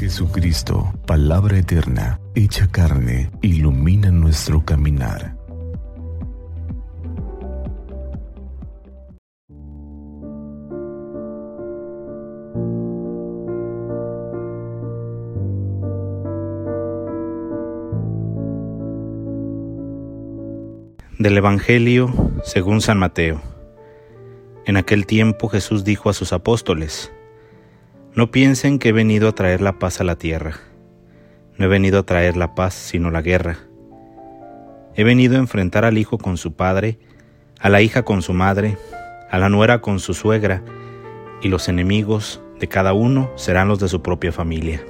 Jesucristo, palabra eterna, hecha carne, ilumina nuestro caminar. Del Evangelio según San Mateo. En aquel tiempo Jesús dijo a sus apóstoles: No piensen que he venido a traer la paz a la tierra. No he venido a traer la paz, sino la guerra. He venido a enfrentar al hijo con su padre, a la hija con su madre, a la nuera con su suegra, y los enemigos de cada uno serán los de su propia familia.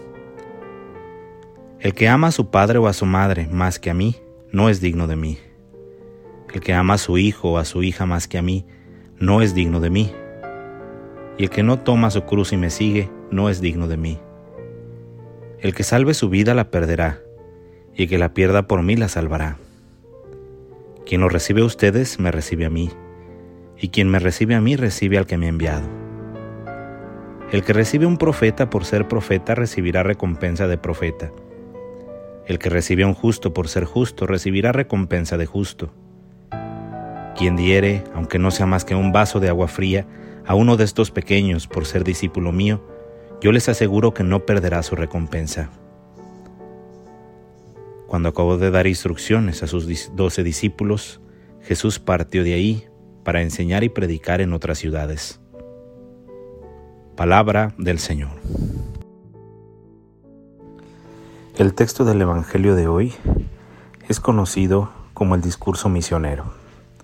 El que ama a su padre o a su madre más que a mí, no es digno de mí. El que ama a su hijo o a su hija más que a mí, no es digno de mí. Y el que no toma su cruz y me sigue, no es digno de mí. El que salve su vida la perderá, y el que la pierda por mí la salvará. Quien los recibe a ustedes, me recibe a mí, y quien me recibe a mí, recibe al que me ha enviado. El que recibe a un profeta por ser profeta, recibirá recompensa de profeta. El que recibe a un justo por ser justo, recibirá recompensa de justo. Quien diere, aunque no sea más que un vaso de agua fría, a uno de estos pequeños por ser discípulo mío, yo les aseguro que no perderá su recompensa. Cuando acabó de dar instrucciones a sus 12 discípulos, Jesús partió de ahí para enseñar y predicar en otras ciudades. Palabra del Señor. El texto del Evangelio de hoy es conocido como el discurso misionero.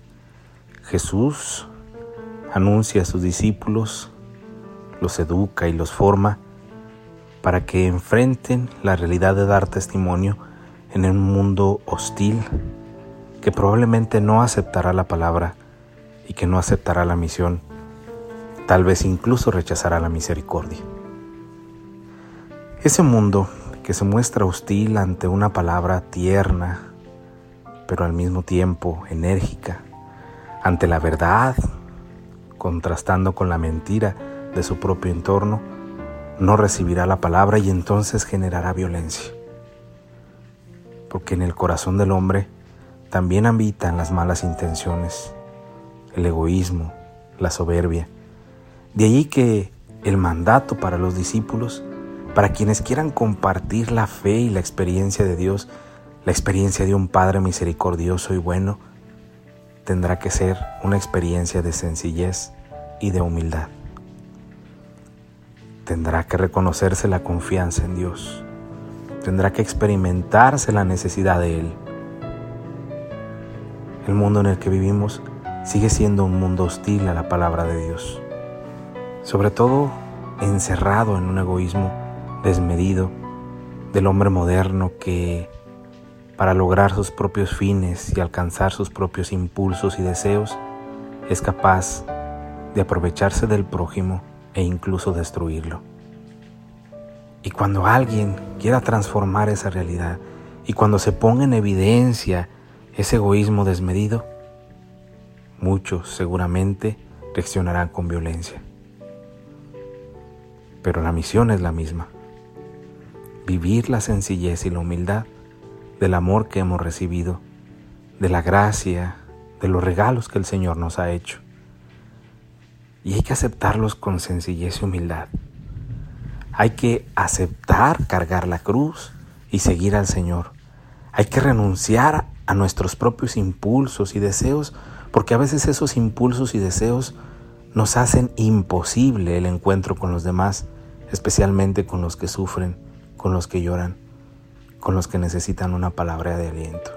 Jesús anuncia a sus discípulos, los educa y los forma para que enfrenten la realidad de dar testimonio en un mundo hostil que probablemente no aceptará la palabra y que no aceptará la misión, tal vez incluso rechazará la misericordia. Ese mundo que se muestra hostil ante una palabra tierna, pero al mismo tiempo enérgica, ante la verdad, contrastando con la mentira de su propio entorno, no recibirá la palabra y entonces generará violencia. Porque en el corazón del hombre también habitan las malas intenciones, el egoísmo, la soberbia. De ahí que el mandato para los discípulos, para quienes quieran compartir la fe y la experiencia de Dios, la experiencia de un Padre misericordioso y bueno, tendrá que ser una experiencia de sencillez y de humildad. Tendrá que reconocerse la confianza en Dios. Tendrá que experimentarse la necesidad de Él. El mundo en el que vivimos sigue siendo un mundo hostil a la palabra de Dios. Sobre todo encerrado en un egoísmo desmedido del hombre moderno que, para lograr sus propios fines y alcanzar sus propios impulsos y deseos, es capaz de aprovecharse del prójimo e incluso destruirlo. Y cuando alguien quiera transformar esa realidad y cuando se ponga en evidencia ese egoísmo desmedido, muchos seguramente reaccionarán con violencia. Pero la misión es la misma: vivir la sencillez y la humildad del amor que hemos recibido, de la gracia, de los regalos que el Señor nos ha hecho. Y hay que aceptarlos con sencillez y humildad. Hay que aceptar cargar la cruz y seguir al Señor. Hay que renunciar a nuestros propios impulsos y deseos, porque a veces esos impulsos y deseos nos hacen imposible el encuentro con los demás, especialmente con los que sufren, con los que lloran, con los que necesitan una palabra de aliento.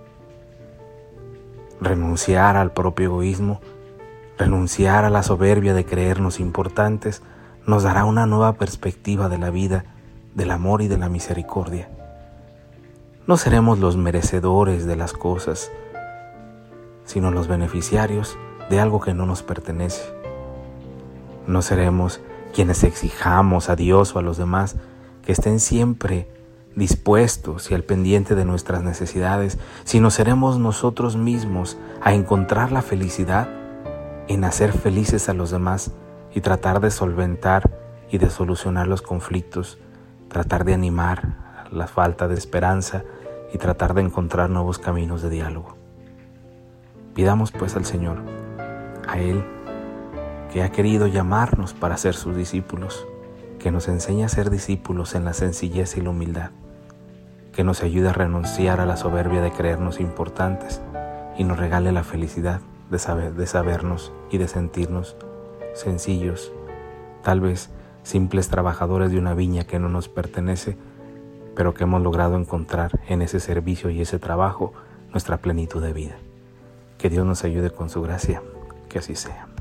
Renunciar al propio egoísmo, renunciar a la soberbia de creernos importantes, nos dará una nueva perspectiva de la vida, del amor y de la misericordia. No seremos los merecedores de las cosas, sino los beneficiarios de algo que no nos pertenece. No seremos quienes exijamos a Dios o a los demás que estén siempre dispuestos y al pendiente de nuestras necesidades, sino seremos nosotros mismos a encontrar la felicidad en hacer felices a los demás y tratar de solventar y de solucionar los conflictos tratar de animar la falta de esperanza y tratar de encontrar nuevos caminos de diálogo. Pidamos pues al Señor, a Él, que ha querido llamarnos para ser sus discípulos, que nos enseñe a ser discípulos en la sencillez y la humildad, que nos ayude a renunciar a la soberbia de creernos importantes y nos regale la felicidad de sabernos y de sentirnos sencillos, tal vez simples trabajadores de una viña que no nos pertenece, pero que hemos logrado encontrar en ese servicio y ese trabajo nuestra plenitud de vida. Que Dios nos ayude con su gracia, que así sea.